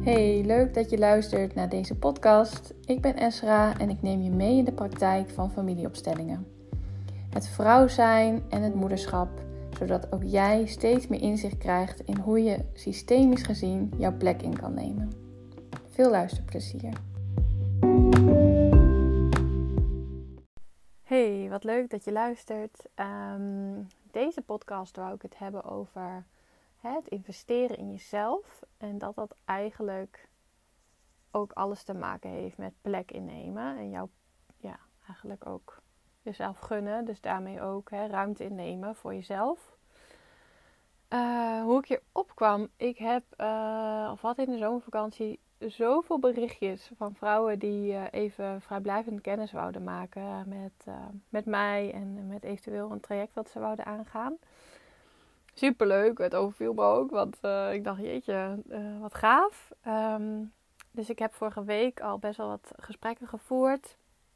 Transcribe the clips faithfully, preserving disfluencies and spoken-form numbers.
Hey, leuk dat je luistert naar deze podcast. Ik ben Esra en ik neem je mee in de praktijk van familieopstellingen. Het vrouw zijn en het moederschap, zodat ook jij steeds meer inzicht krijgt in hoe je systemisch gezien jouw plek in kan nemen. Veel luisterplezier. Hey, wat leuk dat je luistert. Um, deze podcast wou ik het hebben over hè, het investeren in jezelf. En dat dat eigenlijk ook alles te maken heeft met plek innemen. En jou ja, eigenlijk ook jezelf gunnen. Dus daarmee ook hè, ruimte innemen voor jezelf. Uh, hoe ik hier opkwam. Ik heb, uh, of had in de zomervakantie, zoveel berichtjes van vrouwen die uh, even vrijblijvend kennis wouden maken met, uh, met mij. En met eventueel een traject dat ze wouden aangaan. Superleuk, het overviel me ook. Want uh, ik dacht, jeetje, uh, wat gaaf. Um, dus ik heb vorige week al best wel wat gesprekken gevoerd.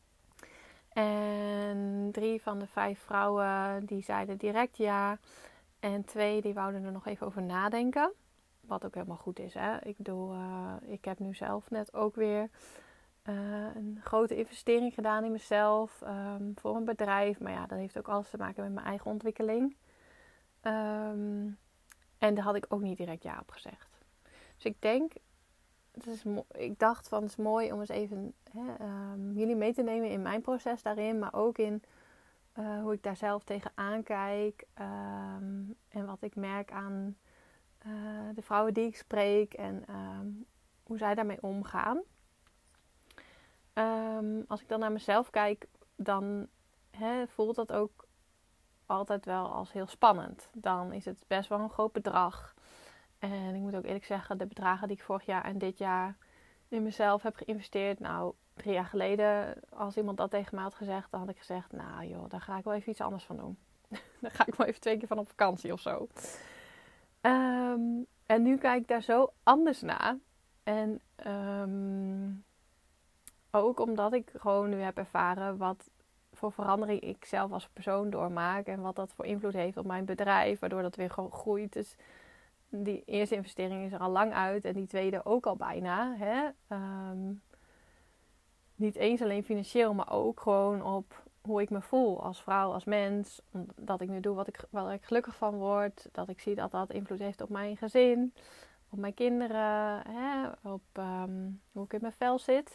En drie van de vijf vrouwen die zeiden direct ja. En twee die wouden er nog even over nadenken. Wat ook helemaal goed is. Hè? Ik bedoel, uh, ik heb nu zelf net ook weer uh, een grote investering gedaan in mezelf. Um, voor een bedrijf. Maar ja, dat heeft ook alles te maken met mijn eigen ontwikkeling. Um, en daar had ik ook niet direct ja op gezegd. Dus ik denk, het is mo- ik dacht van het is mooi om eens even hè, um, jullie mee te nemen in mijn proces daarin. Maar ook in uh, hoe ik daar zelf tegenaan kijk. Um, en wat ik merk aan uh, de vrouwen die ik spreek. En um, hoe zij daarmee omgaan. Um, als ik dan naar mezelf kijk, dan hè, voelt dat ook altijd wel als heel spannend. Dan is het best wel een groot bedrag. En ik moet ook eerlijk zeggen, de bedragen die ik vorig jaar en dit jaar in mezelf heb geïnvesteerd. Nou, drie jaar geleden, als iemand dat tegen mij had gezegd, dan had ik gezegd, nou joh, daar ga ik wel even iets anders van doen. Daar ga ik wel even twee keer van op vakantie of zo. Um, en nu kijk ik daar zo anders naar. En um, ook omdat ik gewoon nu heb ervaren wat voor verandering ik zelf als persoon doormaak. En wat dat voor invloed heeft op mijn bedrijf. Waardoor dat weer gewoon groeit. Dus die eerste investering is er al lang uit. En die tweede ook al bijna. Hè? Um, niet eens alleen financieel. Maar ook gewoon op hoe ik me voel. Als vrouw, als mens. Dat ik nu doe wat ik, waar ik gelukkig van word. Dat ik zie dat dat invloed heeft op mijn gezin. Op mijn kinderen. Hè? Op um, hoe ik in mijn vel zit.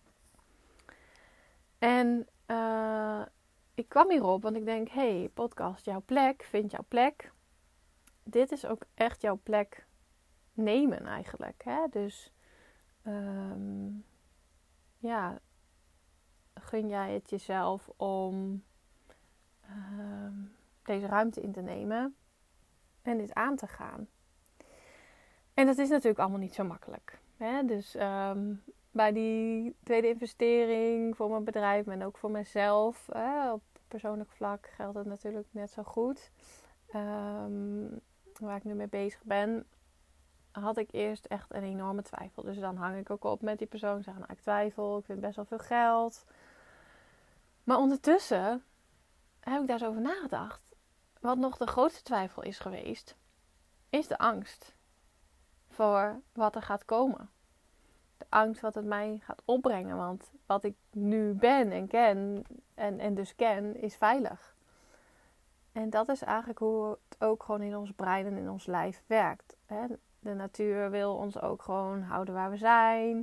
En uh, ik kwam hierop, want ik denk, hé, hey, podcast, jouw plek, vind jouw plek. Dit is ook echt jouw plek nemen eigenlijk. Hè? Dus um, ja, gun jij het jezelf om um, deze ruimte in te nemen en dit aan te gaan. En dat is natuurlijk allemaal niet zo makkelijk. Hè? Dus um, bij die tweede investering voor mijn bedrijf en ook voor mezelf, hè, op persoonlijk vlak geldt het natuurlijk net zo goed. Um, waar ik nu mee bezig ben, had ik eerst echt een enorme twijfel. Dus dan hang ik ook op met die persoon en zeg, nou, ik twijfel, ik vind best wel veel geld. Maar ondertussen heb ik daar zo over nagedacht. Wat nog de grootste twijfel is geweest, is de angst voor wat er gaat komen. De angst wat het mij gaat opbrengen. Want wat ik nu ben en ken en, en dus ken, is veilig. En dat is eigenlijk hoe het ook gewoon in ons brein en in ons lijf werkt. Hè? De natuur wil ons ook gewoon houden waar we zijn.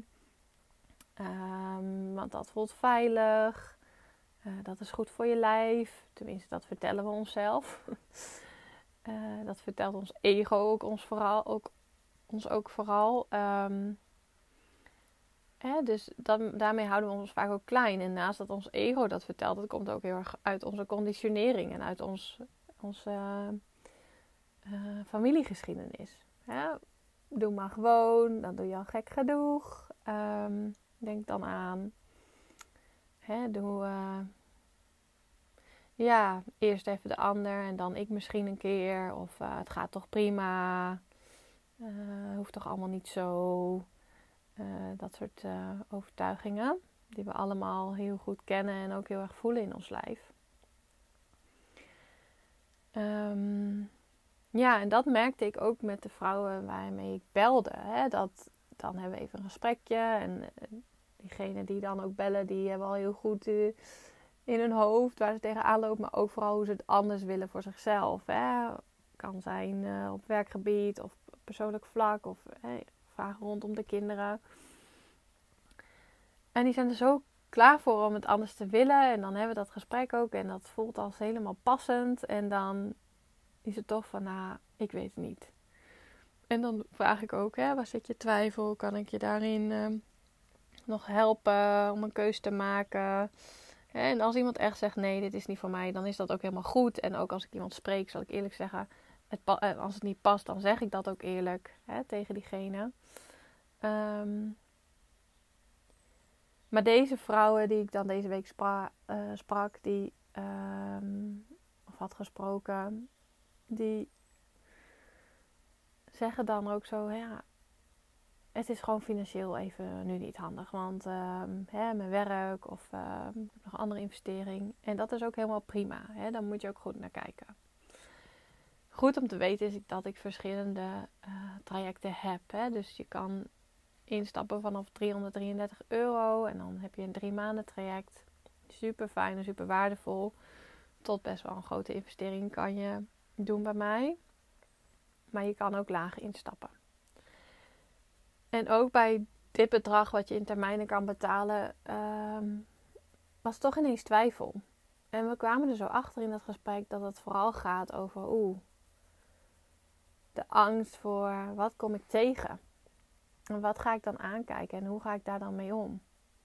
Um, want dat voelt veilig. Uh, dat is goed voor je lijf. Tenminste, dat vertellen we onszelf. uh, dat vertelt ons ego ook ons vooral. Ook, ons ook vooral. Um, Hè, dus dan, daarmee houden we ons vaak ook klein. En naast dat ons ego dat vertelt, dat komt ook heel erg uit onze conditionering en uit ons, onze uh, uh, familiegeschiedenis. Hè? Doe maar gewoon, dan doe je al gek genoeg. Um, denk dan aan. Hè, doe uh, ja, eerst even de ander en dan ik misschien een keer. Of uh, het gaat toch prima. Uh, hoeft toch allemaal niet zo. Uh, dat soort uh, overtuigingen die we allemaal heel goed kennen en ook heel erg voelen in ons lijf. Um, ja, en dat merkte ik ook met de vrouwen waarmee ik belde. Hè? Dat dan hebben we even een gesprekje. En uh, diegenen die dan ook bellen, die hebben al heel goed uh, in hun hoofd waar ze tegenaan lopen. Maar ook vooral hoe ze het anders willen voor zichzelf. Hè. Kan zijn uh, op werkgebied of persoonlijk vlak. Of hey, vragen rondom de kinderen. En die zijn er zo klaar voor om het anders te willen. En dan hebben we dat gesprek ook. En dat voelt als helemaal passend. En dan is het toch van, nou, ik weet het niet. En dan vraag ik ook, hè, waar zit je twijfel? Kan ik je daarin uh, nog helpen om een keuze te maken? En als iemand echt zegt, nee, dit is niet voor mij, dan is dat ook helemaal goed. En ook als ik iemand spreek, zal ik eerlijk zeggen, het pa- als het niet past, dan zeg ik dat ook eerlijk, hè, tegen diegene. Um, maar deze vrouwen die ik dan deze week spra- uh, sprak, die, um, of had gesproken, die zeggen dan ook zo, ja, het is gewoon financieel even nu niet handig. Want um, hè, mijn werk of uh, ik heb nog een andere investering. En dat is ook helemaal prima. Hè? Daar moet je ook goed naar kijken. Goed om te weten is dat ik verschillende uh, trajecten heb. Hè? Dus je kan instappen vanaf driehonderddrieëndertig euro. En dan heb je een drie maanden traject. Super fijn en super waardevol. Tot best wel een grote investering kan je doen bij mij. Maar je kan ook laag instappen. En ook bij dit bedrag wat je in termijnen kan betalen, um, was toch ineens twijfel. En we kwamen er zo achter in dat gesprek dat het vooral gaat over oeh, de angst voor wat kom ik tegen? En wat ga ik dan aankijken en hoe ga ik daar dan mee om?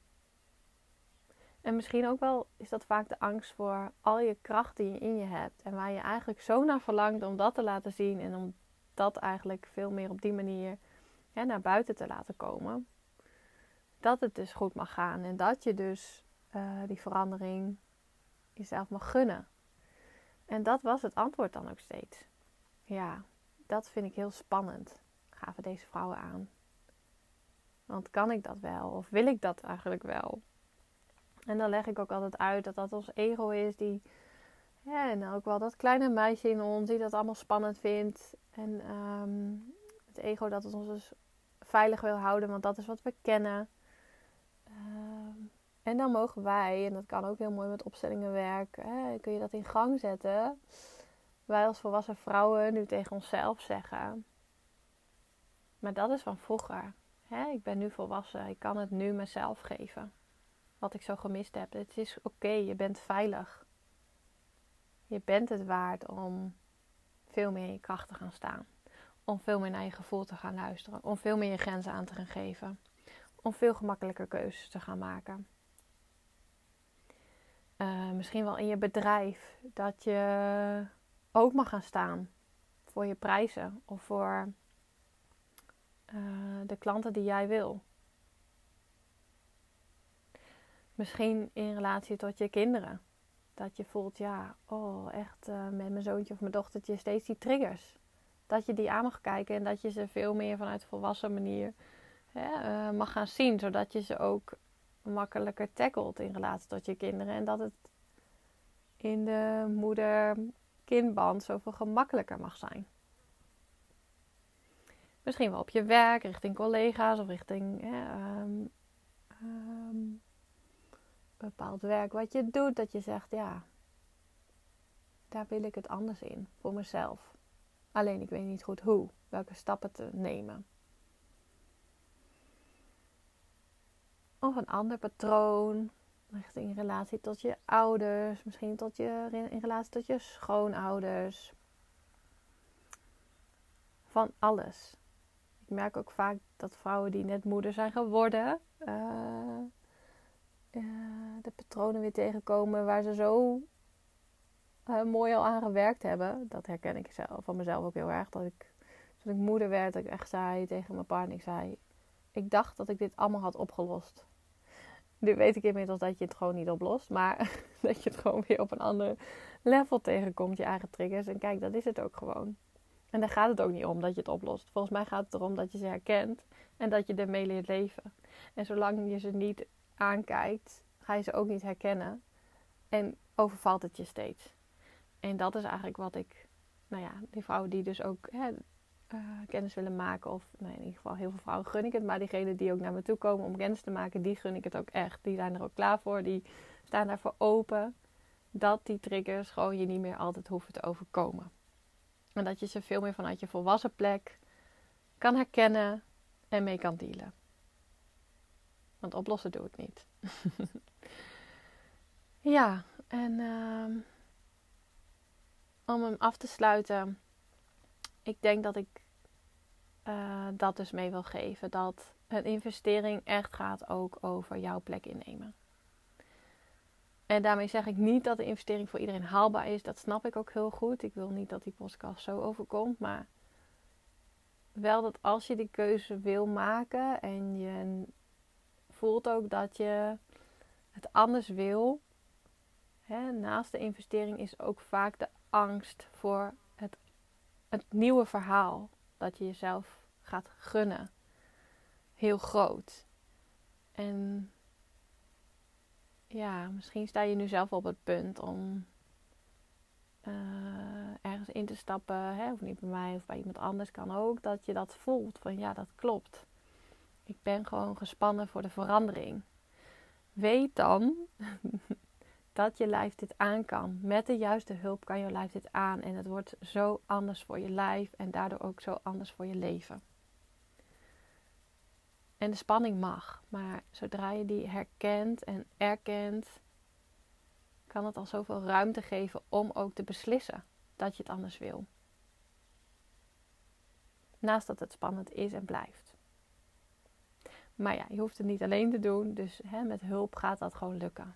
En misschien ook wel is dat vaak de angst voor al je kracht die je in je hebt. En waar je eigenlijk zo naar verlangt om dat te laten zien. En om dat eigenlijk veel meer op die manier ja, naar buiten te laten komen. Dat het dus goed mag gaan. En dat je dus uh, die verandering jezelf mag gunnen. En dat was het antwoord dan ook steeds. Ja, dat vind ik heel spannend. Gaven deze vrouwen aan. Want kan ik dat wel? Of wil ik dat eigenlijk wel? En dan leg ik ook altijd uit dat dat ons ego is. Die, ja, en ook wel dat kleine meisje in ons die dat allemaal spannend vindt. En um, het ego dat het ons dus veilig wil houden. Want dat is wat we kennen. Um, en dan mogen wij, en dat kan ook heel mooi met opstellingenwerk. Hè, kun je dat in gang zetten. Wij als volwassen vrouwen nu tegen onszelf zeggen. Maar dat is van vroeger. Hè, ik ben nu volwassen. Ik kan het nu mezelf geven. Wat ik zo gemist heb. Het is oké, okay, je bent veilig. Je bent het waard om veel meer in je kracht te gaan staan. Om veel meer naar je gevoel te gaan luisteren. Om veel meer je grenzen aan te gaan geven. Om veel gemakkelijker keuzes te gaan maken. Uh, misschien wel in je bedrijf. Dat je ook mag gaan staan. Voor je prijzen. Of voor uh, de klanten die jij wil. Misschien in relatie tot je kinderen. Dat je voelt, ja, oh, echt uh, met mijn zoontje of mijn dochtertje steeds die triggers. Dat je die aan mag kijken en dat je ze veel meer vanuit een volwassen manier hè, uh, mag gaan zien. Zodat je ze ook makkelijker tackelt in relatie tot je kinderen. En dat het in de moeder-kindband zoveel gemakkelijker mag zijn. Misschien wel op je werk, richting collega's of richting hè, um, um, bepaald werk wat je doet. Dat je zegt, ja, daar wil ik het anders in, voor mezelf. Alleen ik weet niet goed hoe, welke stappen te nemen. Of een ander patroon, richting in relatie tot je ouders, misschien tot je, in relatie tot je schoonouders. Van alles. Ik merk ook vaak dat vrouwen die net moeder zijn geworden, uh, uh, de patronen weer tegenkomen waar ze zo uh, mooi al aan gewerkt hebben. Dat herken ik zelf, van mezelf ook heel erg. Dat ik, toen ik moeder werd, dat ik echt zei tegen mijn partner, ik zei, ik dacht dat ik dit allemaal had opgelost. Nu weet ik inmiddels dat je het gewoon niet oplost, maar dat je het gewoon weer op een ander level tegenkomt, je eigen triggers. En kijk, dat is het ook gewoon. En daar gaat het ook niet om dat je het oplost. Volgens mij gaat het erom dat je ze herkent en dat je ermee leert leven. En zolang je ze niet aankijkt, ga je ze ook niet herkennen. En overvalt het je steeds. En dat is eigenlijk wat ik, nou ja, die vrouwen die dus ook hè, uh, kennis willen maken. Of nou, in ieder geval heel veel vrouwen gun ik het. Maar diegenen die ook naar me toe komen om kennis te maken, die gun ik het ook echt. Die zijn er ook klaar voor. Die staan daarvoor open. Dat die triggers gewoon je niet meer altijd hoeven te overkomen. En dat je ze veel meer vanuit je volwassen plek kan herkennen en mee kan dealen. Want oplossen doe ik niet. Ja, en uh, om hem af te sluiten. Ik denk dat ik uh, dat dus mee wil geven. Dat een investering echt gaat ook over jouw plek innemen. En daarmee zeg ik niet dat de investering voor iedereen haalbaar is. Dat snap ik ook heel goed. Ik wil niet dat die podcast zo overkomt. Maar wel dat als je die keuze wil maken en je voelt ook dat je het anders wil. Hè, naast de investering is ook vaak de angst voor het, het nieuwe verhaal. Dat je jezelf gaat gunnen. Heel groot. En ja, misschien sta je nu zelf op het punt om uh, ergens in te stappen. Hè? Of niet bij mij of bij iemand anders kan ook. Dat je dat voelt. Van ja, dat klopt. Ik ben gewoon gespannen voor de verandering. Weet dan dat je lijf dit aan kan. Met de juiste hulp kan je lijf dit aan. En het wordt zo anders voor je lijf. En daardoor ook zo anders voor je leven. En de spanning mag. Maar zodra je die herkent en erkent, kan het al zoveel ruimte geven om ook te beslissen dat je het anders wil. Naast dat het spannend is en blijft. Maar ja, je hoeft het niet alleen te doen. Dus hè, met hulp gaat dat gewoon lukken.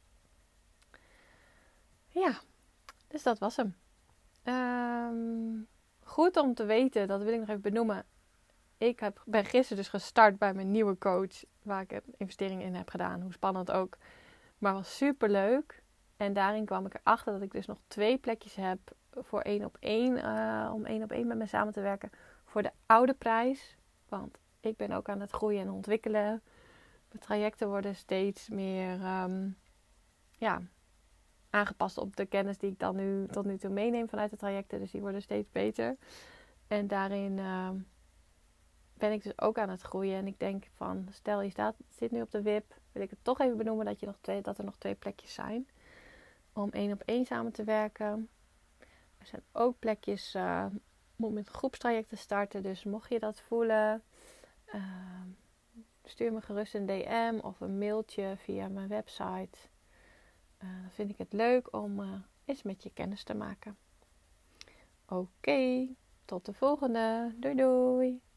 Ja, dus dat was hem. Um, goed om te weten, dat wil ik nog even benoemen. Ik heb, ben gisteren dus gestart bij mijn nieuwe coach. Waar ik een investering in heb gedaan. Hoe spannend ook. Maar was super leuk. En daarin kwam ik erachter dat ik dus nog twee plekjes heb. Voor één op één. Uh, om één op één met me samen te werken. Voor de oude prijs. Want ik ben ook aan het groeien en ontwikkelen. De trajecten worden steeds meer um, ja, aangepast op de kennis die ik dan nu tot nu toe meeneem vanuit de trajecten. Dus die worden steeds beter. En daarin uh, ben ik dus ook aan het groeien. En ik denk van, stel je staat, zit nu op de W I P. Wil ik het toch even benoemen dat, je nog twee, dat er nog twee plekjes zijn. Om één op één samen te werken. Er zijn ook plekjes uh, om met groepstrajecten te starten. Dus mocht je dat voelen, uh, stuur me gerust een D M of een mailtje via mijn website. Uh, dan vind ik het leuk om uh, eens met je kennis te maken. Oké, okay, tot de volgende. Doei doei!